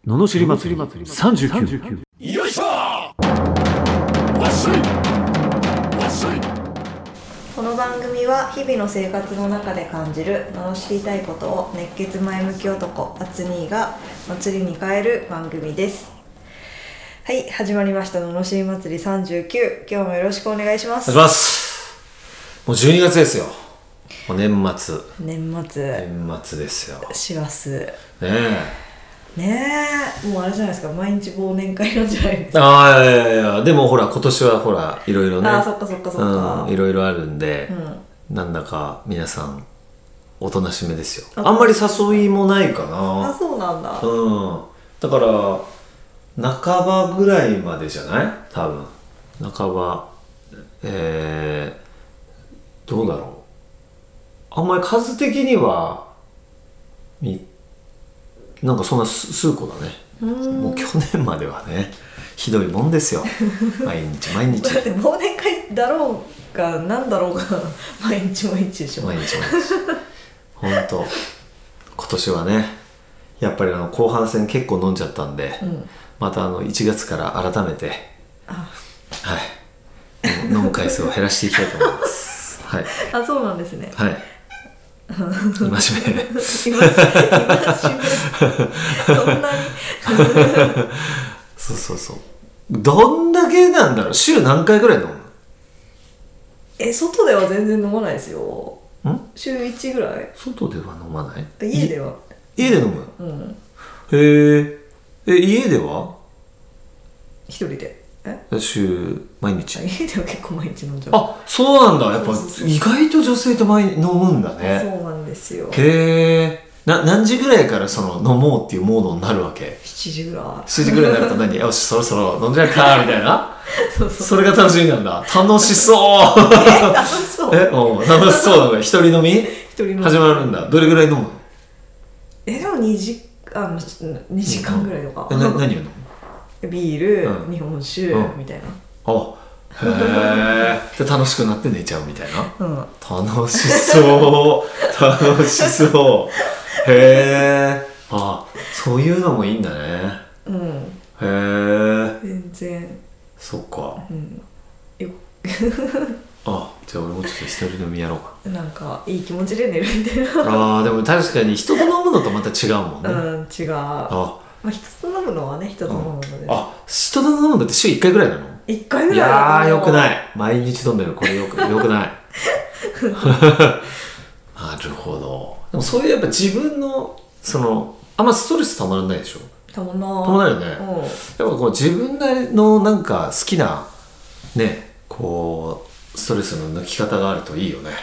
ののしり祭り39。 よいしょわっしょいわっしょい。 この番組は日々の生活の中で感じる罵りたいことを熱血前向き男アツニーが祭りに変える番組です。はい、始まりました罵り祭り39。今日もよろしくお願いします。 お願いします。もう12月ですよ。もう年末ですよ。 師走ねえもうあれじゃないですか、毎日忘年会なんじゃないですか。 ああ、いやでもほら今年はほらいろいろね、 そっか、 いろいろあるんで、なんだか皆さんおとなしめですよ。あんまり誘いもないかな。 そうなんだ。 だから半ばぐらいまでじゃない？多分半ばどうだろう。あんまり数的にはなんかそんな数個だね。もう去年まではねひどいもんですよ。毎日だって忘年会だろうがなんだろうが毎日でしょ。 毎日本当今年はねやっぱり後半戦結構飲んじゃったんで、また1月から改めて飲む回数を減らしていきたいと思います。はい。 そうなんですね。 はい。戒めそんなにそうどんだけなんだろう。週何回ぐらい飲む？外では全然飲まないですよ。週1ぐらい。 外では飲まない？ 家では。 家で飲む？へえ。家では？ 一人で。 週毎日。 家では結構毎日飲んじゃう。 そうなんだ。やっぱ意外と女性って飲むんだね。 そうなんですよ。 へえ。何時ぐらいから飲もうっていうモードになるわけ？7時ぐらい。7時ぐらいになると何？よしそろそろ飲んじゃうかみたいな。それが楽しみなんだ。楽しそう楽しそう楽しそうだね。一人飲み始まるんだ。どれぐらい飲むの？ でも2時間ぐらいとか。 何を飲む？ ビール、日本酒みたいな。 へえ。で楽しくなって寝ちゃうみたいな。楽しそうへえ。そういうのもいいんだね。へえ。 全然そっか。じゃあ俺もちょっと一人飲みやろうか。 なんかいい気持ちで寝るみたいな。 でも確かに人と飲むのとまた違うもんね。 違う。人と飲むのはね、人と飲むので。 人と飲むのって週1回ぐらいなの ？1回ぐらい。 いやーよくない。毎日飲んでるこれよくない。なるほど。でもそういうやっぱ自分のあんまストレスたまらないでしょ？たまらないよね。やっぱこう自分なりのなんか好きなねこうストレスの抜き方があるといいよね。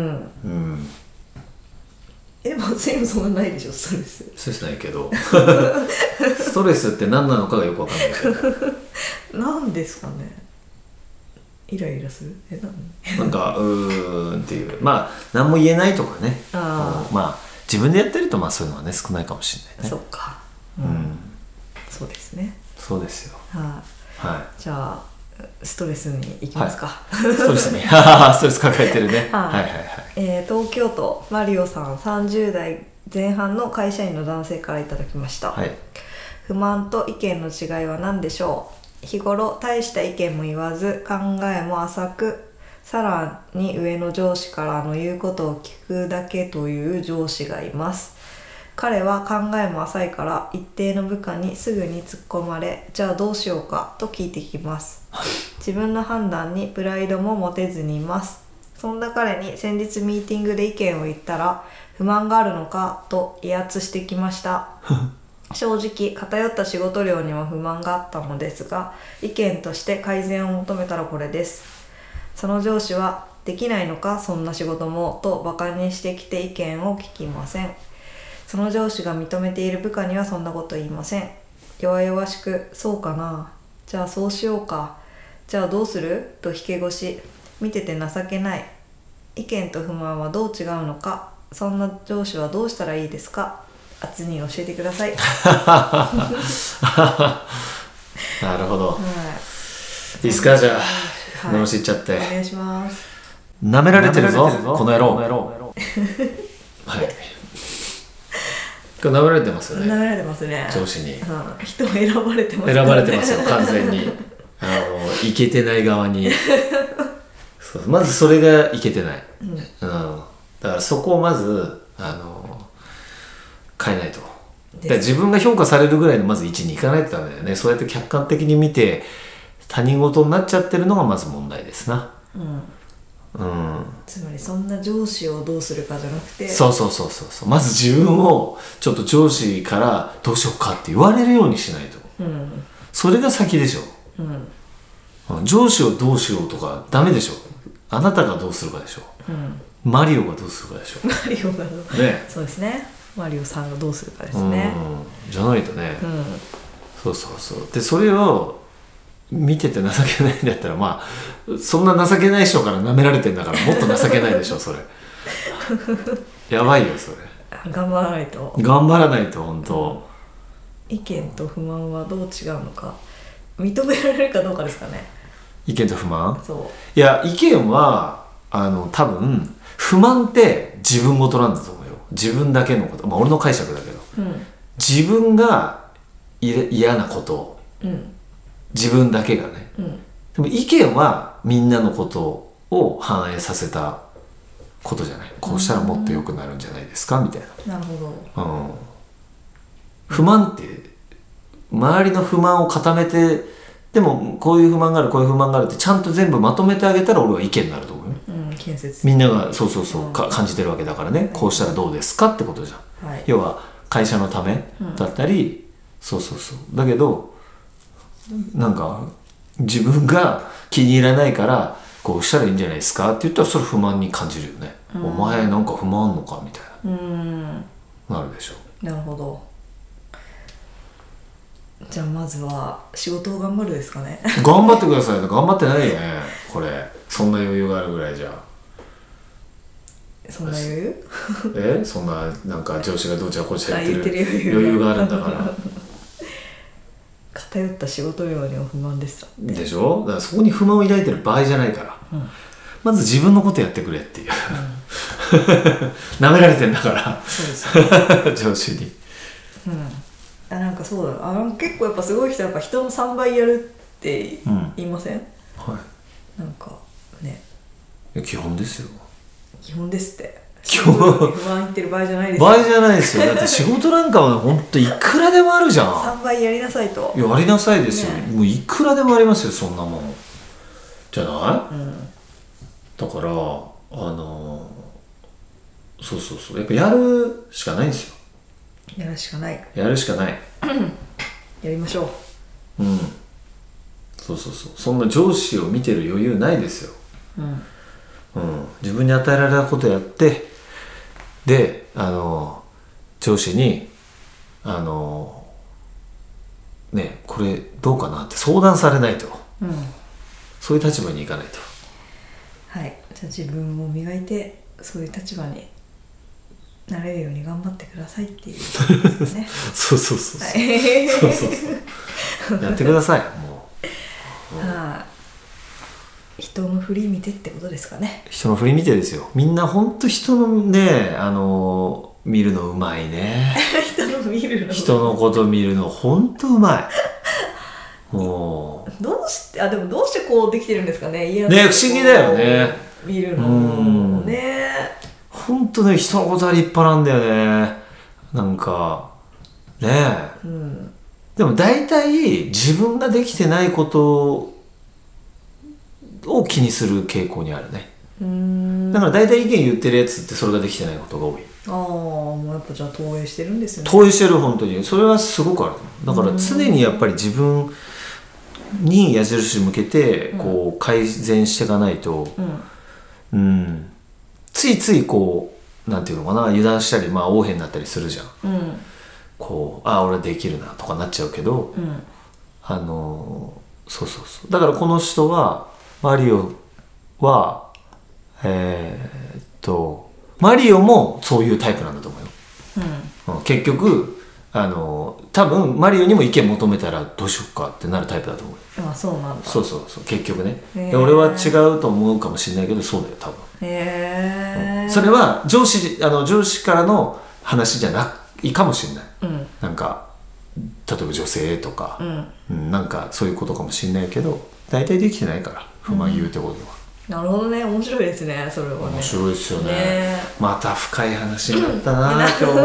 でも全部そんなないでしょ、ストレス。 ストレスないけどストレスって何なのかがよくわかんないけど何ですかね。イライラする？ なんかっていう何も言えないとかね。自分でやってるとそういうのはね少ないかもしれないね。 そっか。そうですね。 そうですよ。 じゃあストレスに行きますか。 ストレスね。ストレス抱えてるね。 東京都マリオさん30代前半の会社員の男性からいただきました。不満と意見の違いは何でしょう？日頃大した意見も言わず考えも浅く、さらに上の上司からの言うことを聞くだけという上司がいます。彼は考えも浅いから一定の部下にすぐに突っ込まれ、じゃあどうしようかと聞いてきます。自分の判断にプライドも持てずにいます。そんな彼に先日ミーティングで意見を言ったら、不満があるのかと威圧してきました。正直偏った仕事量には不満があったのですが、意見として改善を求めたらこれです。その上司はできないのかそんな仕事もとバカにしてきて意見を聞きません。その上司が認めている部下にはそんなこと言いません。弱々しく、そうかな、じゃあそうしようか、じゃあどうすると引け腰、見てて情けない。意見と不満はどう違うのか、そんな上司はどうしたらいいですか？あつに教えてください。 なるほど。いいっすか？じゃあ罵っちゃって。 お願いします。 舐められてるぞこの野郎。はい。 舐められてますよね。 舐められてますね。 上司に、 人選ばれてます選ばれてますよ完全にいけてない側にそうまずそれがいけてない、だからそこをまず変えないと。だから自分が評価されるぐらいのまず位置に行かないとダメだよね。そうやって客観的に見て他人事になっちゃってるのがまず問題ですな。 つまりそんな上司をどうするかじゃなくて、 そうまず自分をちょっと上司からどうしようかって言われるようにしないと、それが先でしょ、上司をどうしようとかダメでしょ。あなたがどうするかでしょ、マリオがどうするかでしょ。 マリオがね、そうですね。マリオさんがどうするかですね。 じゃないとね、そうでそれを見てて情けないんだったらまあそんな情けない人から舐められてんだからもっと情けないでしょそれやばいよそれ。 頑張らないと本当、 意見と不満はどう違うのか認められるかどうかですかね。 意見と不満？ そういや意見は多分不満って自分事なんだと思うよ。自分だけのこと、俺の解釈だけど、自分が嫌なことを、自分だけがね、でも意見はみんなのことを反映させたことじゃない。こうしたらもっと良くなるんじゃないですかみたいな。 なるほど。 不満って周りの不満を固めて、でもこういう不満があるこういう不満があるってちゃんと全部まとめてあげたら俺は意見になると思うよ。 建設みんなが感じてるわけだからね、こうしたらどうですかってことじゃん、要は会社のためだったり、だけどなんか自分が気に入らないからこうしたらいいんじゃないですかって言ったらそれ不満に感じるよね、お前なんか不満あんのかみたいな、なるでしょ。 なるほど。じゃあまずは仕事を頑張るですかね。 頑張ってくださいね。頑張ってないよねこれ。そんな余裕があるぐらいじゃ。 そんな余裕そんななんか上司がどうちゃこうちゃ言ってる余裕があるんだから偏った仕事量には不満ですでしょ。だからそこに不満を抱いてる場合じゃないから、まず自分のことやってくれっていう、舐められてんだからそうです、 上司に。 なんかそうだ、結構やっぱすごい人はやっぱ人の3倍やるって言いません？なんかね、 基本ですよ。 基本ですって。 基本不満言ってる場合じゃないですよ。 場合じゃないですよ。だって仕事なんかはほんといくらでもあるじゃん。 3倍やりなさいと。 やりなさいですよ、もういくらでもありますよそんなもんじゃない、だからそうやっぱやるしかないんですよ。 やるしかない。 やるしかない。 やりましょう。 そんな上司を見てる余裕ないですよ。自分に与えられたことやって、で上司にねこれどうかなって相談されないと、そういう立場に行かないと。 はい。じゃあ自分を磨いてそういう立場になれるように頑張ってくださいっていうことですね。 やってくださいもう。人の振り見てってことですかね。 人の振り見てですよ。みんなほんと人のね見るのうまいね。人のこと見るのほんとうまい。もうどうしてこうできてるんですかね。 ね、不思議だよね。 見るのね。 ほんとね、人のことは立派なんだよね。なんかねえ、でも大体自分ができてないことを気にする傾向にあるね。だから大体意見言ってるやつってそれができてないことが多い。 もうやっぱじゃあ投影してるんですよね。 投影してる、本当にそれはすごくある。だから常にやっぱり自分に矢印向けてこう改善していかないと、ついついこうなんていうのかな、油断したり横柄になったりするじゃん。こう俺できるなとかなっちゃうけど、だからこの人はマリオはマリオもそういうタイプなんだと思うよ。結局多分マリオにも意見求めたらどうしようかってなるタイプだと思う。 そうなんだ。 そう結局ね。俺は違うと思うかもしれないけどそうだよ多分。それは上司からの話じゃなく、 いかもしれない、 うん、 なんか例えば女性とか、 うん、 なんかそういうことかもしれないけど大体できてないから不満言うてことは、 なるほどね、面白いですね、それはね。 面白いですよ ね。また深い話になったな今日も、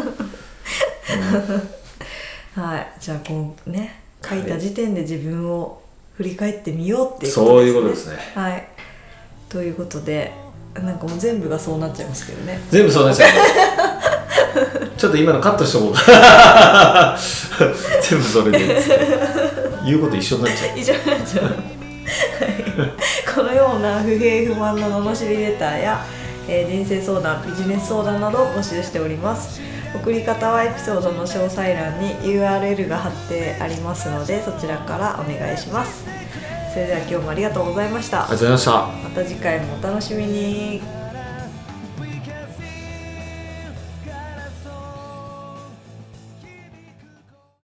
はい、じゃあこうね書いた時点で自分を振り返ってみようっていうことですね。 そういうことですね。 はい、ということでなんかもう全部がそうなっちゃいますけどね。 全部そうなっちゃうちょっと今のカットしとこうか全部それで言うこと一緒になっちゃう一緒になっちゃうこのような不平不満の罵りレターや、人生相談、ビジネス相談などを募集しております。送り方はエピソードの詳細欄に URL が貼ってありますのでそちらからお願いします。それでは今日もありがとうございました。 ありがとうございました。 また次回もお楽しみに。